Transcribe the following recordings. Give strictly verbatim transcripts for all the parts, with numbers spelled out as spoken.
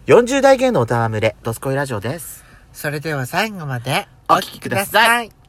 よんじゅう代芸能歌は群れ、ドスコイラジオです。 それでは最後までお聞きください。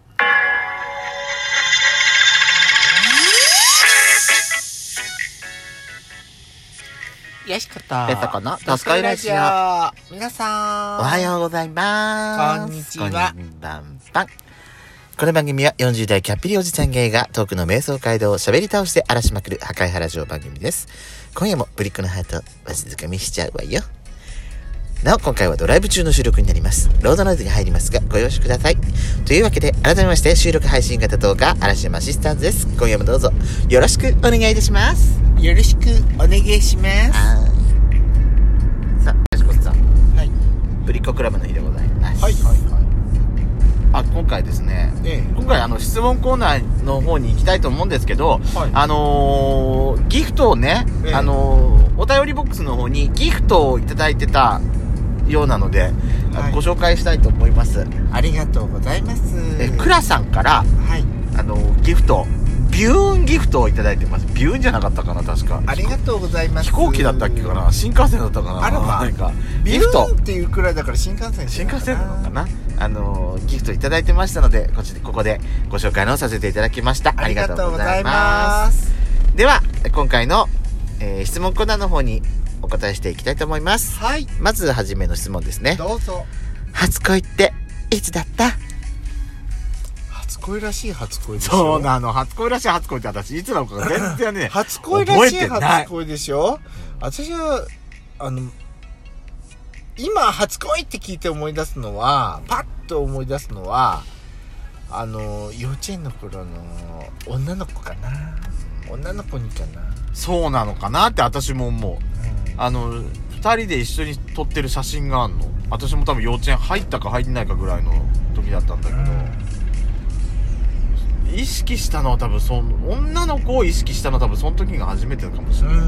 よしこと、 ペソコのドスコイラジオ。 皆さん、 おはようございます。 こんにちは。 こんばんばん。この番組はよんじゅう代キャッピリおじさん芸がトークの瞑想街道を喋り倒して荒らしまくる破壊派ラジオ番組です。今夜もぶりっ子のハートわしづかみしちゃうわよ。なお今回はドライブ中の収録になります。ロードノイズが入りますがご容赦ください。というわけで改めまして収録配信型動画嵐山シスターズです。今夜もどうぞよろしくお願いいたします。 よろしくお願いします。 さあ、よしこさん、 はい、 ぶりっ子クラブの日でございます。 はいはいはい。 あ、今回ですね、ええ、今回あの質問コーナーの方に行きたいと思うんですけど、はい、あのー、ギフトをね、ええ、あのー、お便りボックスの方にギフトをいただいてたようなので、はい、ご紹介したいと思います。 ありがとうございます。 えクラさんから、はい、あのギフトビューンギフトをいただいてます。ビューンじゃなかったかな、確か。 ありがとうございます。 飛行機だったっけかな、新幹線だったかな。 あらまあ、 なんかビューンっていうくらいだから新幹線新幹線なのかな。あのギフトいただいてましたので、こちここでご紹介のさせていただきました。ありがとうございます。では今回の、えー、質問コーナーの方にお答えしていきたいと思います。 はい。 まずはじめの質問ですね。 どうぞ。 初恋っていつだった？ 初恋らしい初恋でしょ。 そうなの。初恋らしい初恋って私いつなのか全然ね初恋らしい初恋でしょ。私はあの今初恋って聞いて思い出すのは、パッと思い出すのはあの幼稚園の頃の女の子かな。女の子にかな。 そうなのかなって私も思う、うん、あのふたりで一緒に撮ってる写真があるの。私も多分幼稚園入ったか入ってないかぐらいの時だったんだけど、うん、意識したのは多分その女の子を意識したのは多分その時が初めてかもしれない。うん、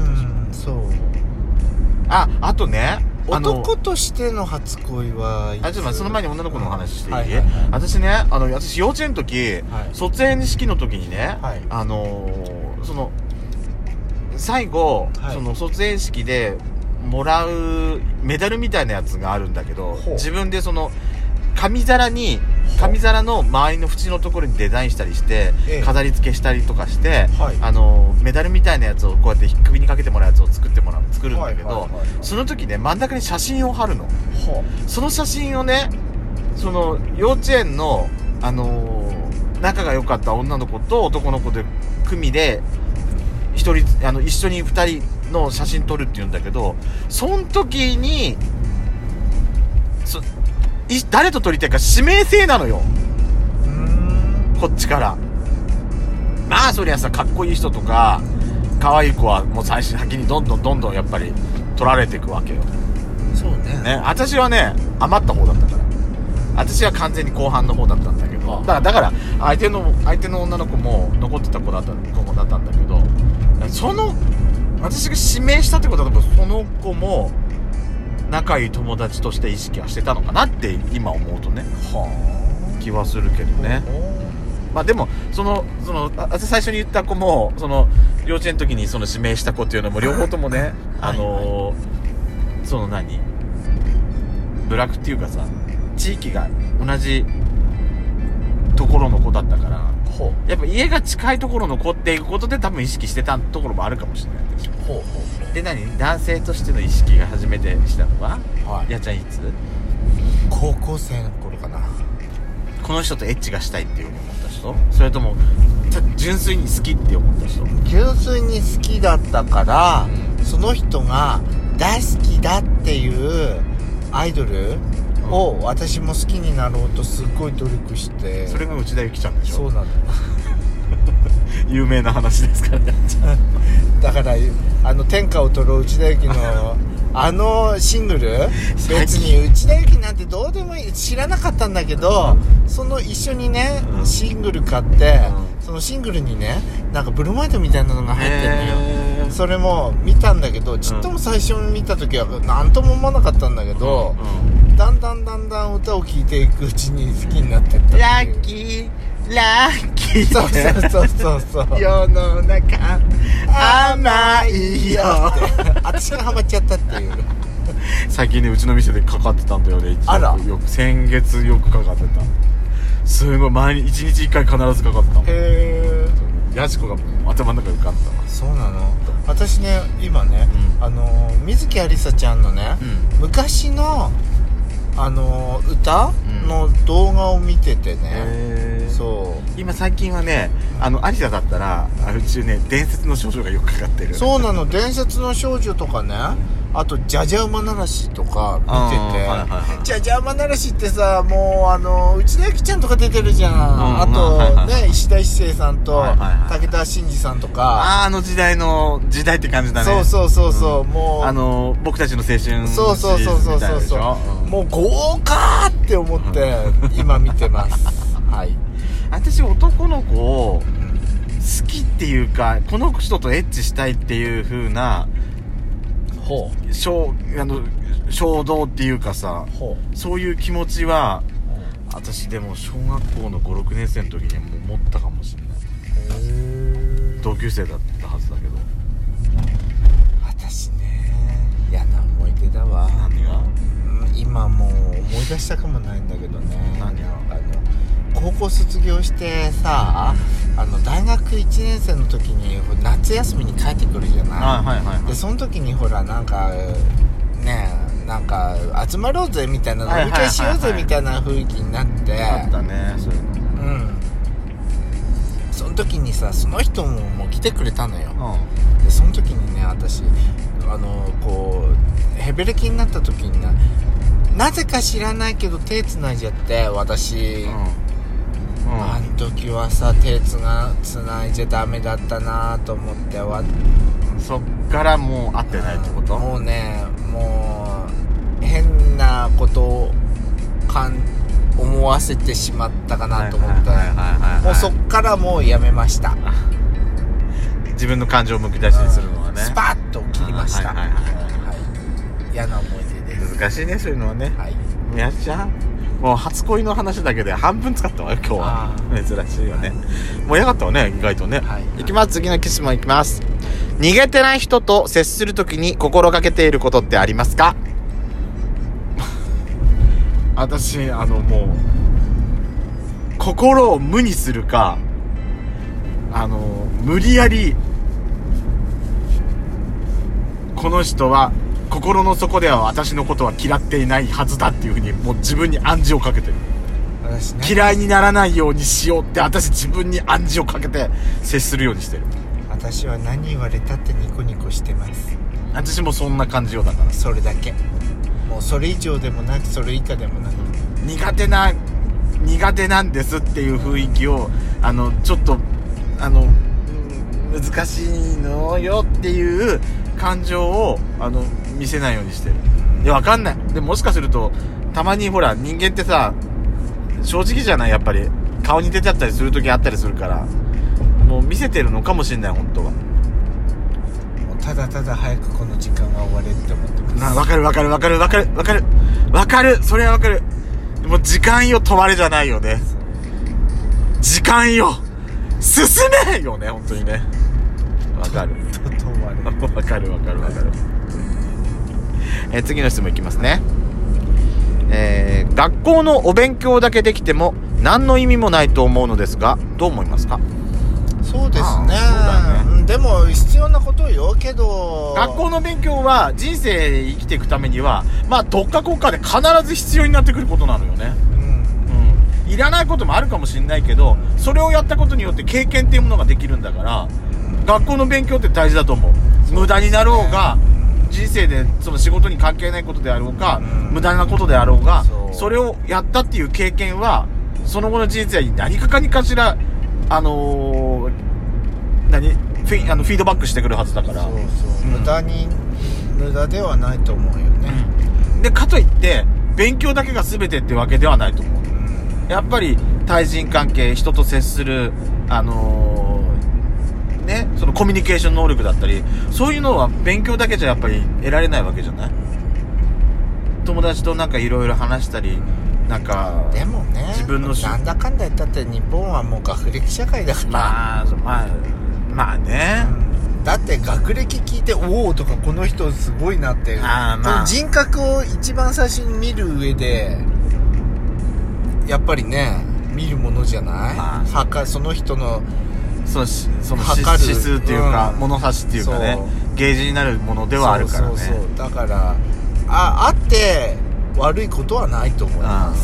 そう。 あ、あとね、 男としての初恋は、 あ、ちょっと待って、その前に女の子の話していい？ はいはいはい、 私ね、あの私幼稚園の時、はい、卒園式の時にね、はい、あのー、その最後、はい、その卒園式でもらうメダルみたいなやつがあるんだけど、自分でその紙皿に紙皿の周りの縁のところにデザインしたりして、ええ、飾り付けしたりとかして、はい、あのメダルみたいなやつをこうやって首にかけてもらうやつを作ってもらう作るんだけど、はいはいはいはい、その時ね真ん中に写真を貼るの。その写真をね、その幼稚園のあのー、仲が良かった女の子と男の子で組で一人あの一緒に二人の写真撮るっていうんだけど、その時にそ誰と撮りたいか指名制なのよ。うーん、こっちからまあそりゃさ、かっこいい人とか可愛い子はもう最初先にどんどんどんどんやっぱり撮られていくわけよ。 そうね。 ね、私はね余った方だったから、私は完全に後半の方だったんだけど、だからだから相手の相手の女の子も残ってた子だった子だったんだけど、その私が指名したってことは多分その子も仲いい友達として意識はしてたのかなって今思うとね、は気はするけどね。まあでもそのその私最初に言った子もその幼稚園の時にその指名した子っていうのも両方ともねあのー、その何ブラックっていうかさ、地域が同じところの子だったから、ほうやっぱ家が近いところの子っていうことで多分意識してたところもあるかもしれないでしょ。ほうほうで何男性としての意識が初めてしたのは、はい、やっちゃんいつ？ 高校生の頃かな。 この人とエッチがしたいっていう思った人？それとも純粋に好きって思った人？ 純粋に好きだったから、うん、その人が大好きだっていうアイドルを私も好きになろうとすっごい努力して。 それが内田有紀ちゃんでしょ。 そうなんだ有名な話ですからねだからあの天下を取ろう内田有紀のあのシングル別に内田有紀なんてどうでもいい知らなかったんだけど、その一緒にねシングル買ってそのシングルにねなんかブロマイドみたいなのが入ってるのよ。それも見たんだけどちっとも最初に見た時は何とも思わなかったんだけど、だんだんだんだん歌を聴いていくうちに好きになってった。 ラッキーラッキーそうそうそうそうそう世の中甘いよって私がハマっちゃったっていう最近ねうちの店でかかってたんだよね。 あらよく先月よくかかってた。すごい毎日いちにちいっかい必ずかかった。 へえ。 ヤジコが頭の中に浮かんだわ。 そうなの。私ね今ね、うん、あの水木有沙ちゃんのね、うん、昔のあの歌の動画を見ててね、うん、そう今最近はねあの有沙だったらうちね伝説の少女がよくかかってる。 そうなの。伝説の少女とかね、あとじゃじゃ馬ならしとか見てて、はいはいはい、じゃじゃ馬ならしってさもうあの内田有紀ちゃんとか出てるじゃん、うん、あと、はいはいはい、ね石田一生さんと、はいはいはい、武田真治さんとか、 ああの時代の時代って感じだね。 そうそうそうそう、うん、もうあの僕たちの青春シリーズみたいでしょ。 そうそうそうそうそう、うん、もう豪華って思って今見てますはい。 私男の子を好きっていうかこの人とエッチしたいっていう風なほう衝あの衝動っていうかさ、 ほうそういう気持ちは、うん、私でも小学校のご、ろくねん生の時にはもう持ったかもしれない。へー。同級生だったはずだけど。 私ね嫌な思い出だわ。 何が？ 今もう思い出したかもないんだけどね。 何が？ あの高校卒業してさ、あの大学いちねん生の時に夏休みに帰ってくるじゃない。 あ、はいはいはい、 でその時にほらなんかねなんか集まろうぜみたいな飲み会しようぜみたいな雰囲気になって、 あったねそういうの。 うん。その時にさその人ももう来てくれたのよ、うん、でその時にね私あのこうヘベレキになった時にななぜか知らないけど手繋いじゃって私、うんうん、あの時はさ手つがつないじゃダメだったなと思ってわそっからもう会ってないってこと？ もうねもう変なことをかん思わせてしまったかなと思ったらもうそっからもうやめました。 自分の感情をむき出しにするのはね、 スパッと切りました。はいはいはいはい、嫌な思い出です。 難しいねそういうのはね、はい、やっちゃう。もう初恋の話だけで半分使ったわよ今日は。珍しいよね、はい、もうやがったわね意外とね、はい、いきます。次のキスもいきます。逃げてない人と接するときに心がけていることってありますか？私あのもう心を無にするかあの無理やりこの人は心の底では私のことは嫌っていないはずだっていうふうにもう自分に暗示をかけてる。私、ね、嫌いにならないようにしようって私自分に暗示をかけて接するようにしてる。 私は何言われたってニコニコしてます。 私もそんな感じようだからそれだけ。もうそれ以上でもなくそれ以下でもなく苦手な苦手なんですっていう雰囲気をあのちょっとあの難しいのよっていう感情をあの見せないようにしてる。いやわかんない。でももしかするとたまにほら人間ってさ正直じゃないやっぱり顔に出ちゃったりする時あったりするからもう見せてるのかもしれない本当は。 もうただただ早くこの時間が終われって思ってます。 なわかるわかるわかるわかるわかるわかるそれはわかる。もう時間よ止まれじゃないよね。時間よ進めよね本当にね。わかるわかるわかるわかる。えー、次の質問いきますね。えー、学校のお勉強だけできても何の意味もないと思うのですがどう思いますか？ そうですね。そうだね。でも必要なことよけど学校の勉強は人生生きていくためにはまあ特化国家で必ず必要になってくることなのよね、うんうん、いらないこともあるかもしれないけどそれをやったことによって経験っていうものができるんだから、うん、学校の勉強って大事だと思う。無駄になろうが人生でその仕事に関係ないことであろうが、うん、無駄なことであろうが そ, それをやったっていう経験はその後の人生に何かかにかしらあのー、何フィ, あのフィードバックしてくるはずだからそうそう、 うん、無駄に無駄ではないと思うよね、 うん、でかといって勉強だけが全てってわけではないと思う、うん、やっぱり対人関係人と接するあのー、ねそのコミュニケーション能力だったりそういうのは勉強だけじゃやっぱり得られないわけじゃない。友達となんかいろいろ話したりなんかでもね自分のなんだかんだ言ったって日本はもう学歴社会だからまあまあまあね、 だって学歴聞いておおとかこの人すごいなって、 あ、まあ、 人格を一番最初に見る上でやっぱりね見るものじゃない、まあ、はかその人のそのその指数っていうか、うん、物差しっていうかねゲージになるものではあるからね。 そうそうそう、だからああって悪いことはないと思います。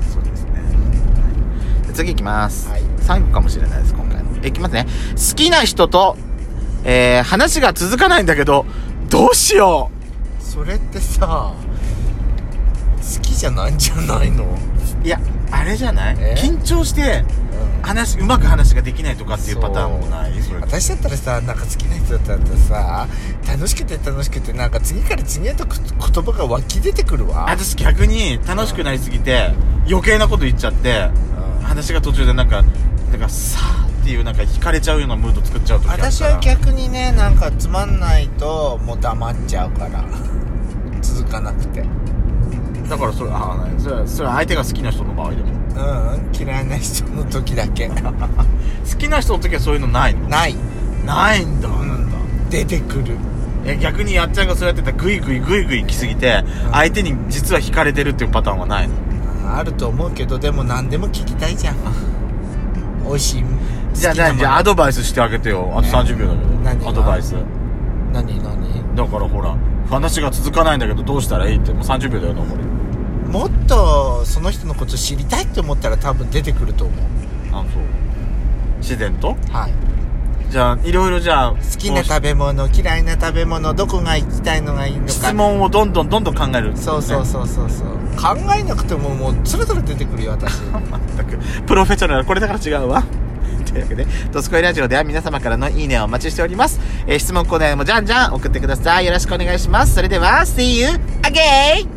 そうですね。次いきます、はい、最後かもしれないです今回の。いきますね。好きな人と、えー、話が続かないんだけどどうしよう。それってさ好きじゃないんじゃないの。 いやあれじゃない、緊張して話、うん、うまく話ができないとかっていうパターンもない。それ私だったらさ、なんか好きな人だったらさ楽しくて楽しくてなんか次から次へと言葉が湧き出てくるわ。 私逆に楽しくなりすぎて、うん、余計なこと言っちゃって、うん、話が途中でなんかなんかさーっていうなんか惹かれちゃうようなムード作っちゃう時あるから。 私は逆にねなんかつまんないともう黙っちゃうから続かなくて。 だからそれああそれはそれは相手が好きな人の場合でもうん嫌いな人の時だけ好きな人の時はそういうのないの。 ないないんだ、うん、なんだ出てくる。 え逆にやっちゃんがそうやってたらグイグイグイグイ来すぎて、うん、相手に実は惹かれてるっていうパターンはないの。 あると思うけどでも何でも聞きたいじゃん美味しいじゃあじゃあじゃあアドバイスしてあげてよ。あとさんじゅうびょうだけど、何アドバイス何何だからほら話が続かないんだけどどうしたらいいってもうさんじゅうびょうだよ残り。 もっとその人のこと知りたいって思ったら多分出てくると思う。 あ、そう自然と。 はい。 じゃあいろいろじゃあ好きな食べ物嫌いな食べ物どこが行きたいのがいいのか質問をどんどんどんどん考える、ね、 そうそうそうそうそう考えなくてももうつるつる出てくるよ私全くプロフェッショナルこれだから違うわというわけでドスコイラジオでは皆様からのいいねをお待ちしております、えー、質問コーナーもじゃんじゃん送ってください。よろしくお願いします。それでは See you again